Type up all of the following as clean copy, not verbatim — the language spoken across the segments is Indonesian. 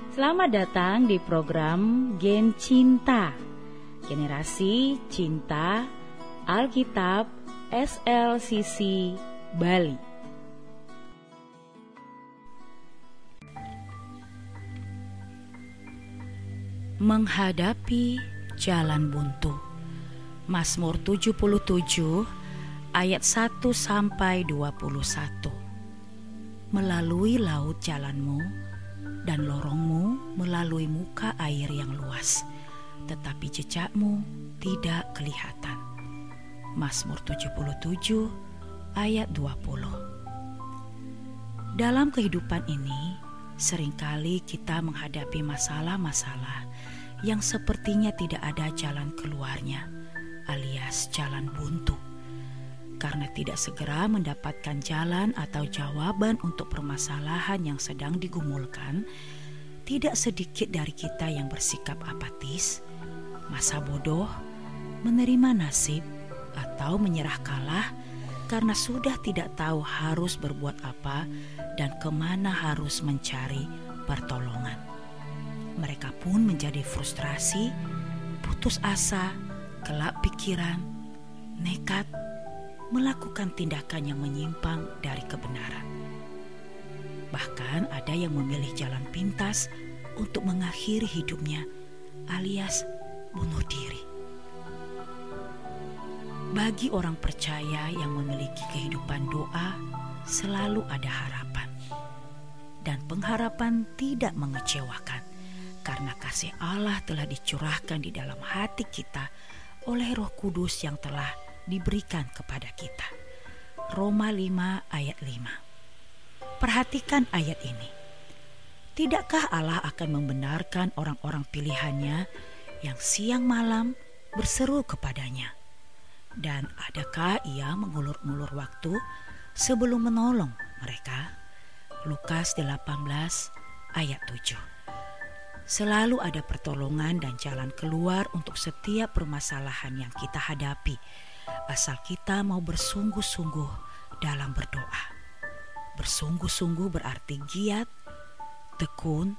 Selamat datang di program Gen Cinta, Generasi Cinta Alkitab SLCC Bali. Menghadapi jalan buntu. Mazmur 77 ayat 1 sampai 21. Melalui laut jalanmu dan lorongmu melalui muka air yang luas, tetapi jejakmu tidak kelihatan. Mazmur 77 ayat 20. Dalam kehidupan ini, seringkali kita menghadapi masalah-masalah yang sepertinya tidak ada jalan keluarnya, alias jalan buntu. Karena tidak segera mendapatkan jalan atau jawaban untuk permasalahan yang sedang digumulkan, tidak sedikit dari kita yang bersikap apatis, masa bodoh, menerima nasib, atau menyerah kalah karena sudah tidak tahu harus berbuat apa dan kemana harus mencari pertolongan. Mereka pun menjadi frustrasi, putus asa, gelap pikiran, nekat, melakukan tindakan yang menyimpang dari kebenaran. Bahkan ada yang memilih jalan pintas untuk mengakhiri hidupnya, alias bunuh diri. Bagi orang percaya yang memiliki kehidupan doa, selalu ada harapan. Dan pengharapan tidak mengecewakan, karena kasih Allah telah dicurahkan di dalam hati kita oleh Roh Kudus yang telah diberikan kepada kita. Roma 5 ayat 5. Perhatikan ayat ini. Tidakkah Allah akan membenarkan orang-orang pilihannya yang siang malam berseru kepadanya? Dan adakah ia mengulur-ulur waktu sebelum menolong mereka? Lukas 18 ayat 7. Selalu ada pertolongan dan jalan keluar untuk setiap permasalahan yang kita hadapi, asal kita mau bersungguh-sungguh dalam berdoa. Bersungguh-sungguh berarti giat, tekun,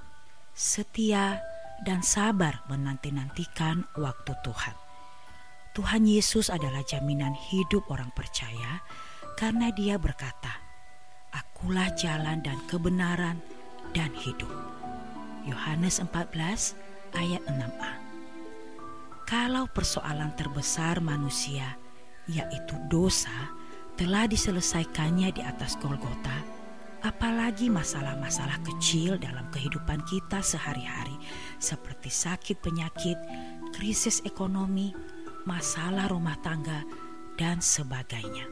setia, dan sabar menanti-nantikan waktu Tuhan. Tuhan Yesus adalah jaminan hidup orang percaya karena Dia berkata, "Akulah jalan dan kebenaran dan hidup." Yohanes 14 ayat 6a. Kalau persoalan terbesar manusia, yaitu dosa, telah diselesaikannya di atas Golgota, apalagi masalah-masalah kecil dalam kehidupan kita sehari-hari seperti sakit penyakit, krisis ekonomi, masalah rumah tangga, dan sebagainya.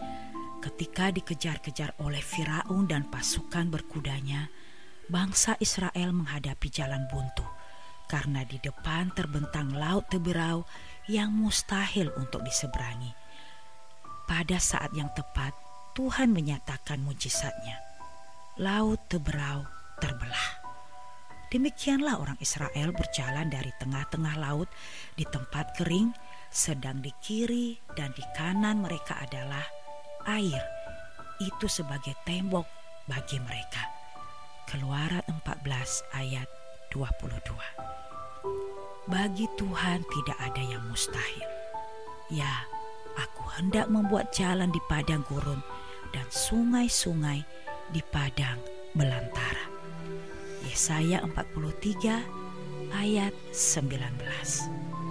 Ketika dikejar-kejar oleh Firaun dan pasukan berkudanya, bangsa Israel menghadapi jalan buntu karena di depan terbentang laut teberau yang mustahil untuk diseberangi. Pada saat yang tepat, Tuhan menyatakan mujizatnya. Laut teberau terbelah. Demikianlah orang Israel berjalan dari tengah-tengah laut di tempat kering, sedang di kiri dan di kanan mereka adalah air. Itu sebagai tembok bagi mereka. Keluaran 14 ayat 22. Bagi Tuhan tidak ada yang mustahil. Ya, Aku hendak membuat jalan di padang gurun dan sungai-sungai di padang belantara. Yesaya 43 ayat 19.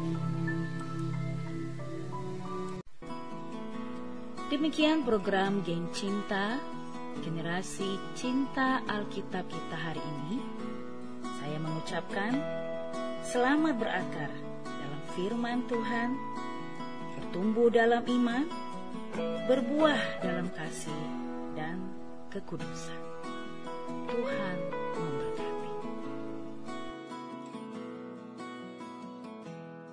Demikian program Geng Cinta, Generasi Cinta Alkitab kita hari ini. Saya mengucapkan selamat berakar dalam firman Tuhan, bertumbuh dalam iman, berbuah dalam kasih dan kekudusan. Tuhan memberkati.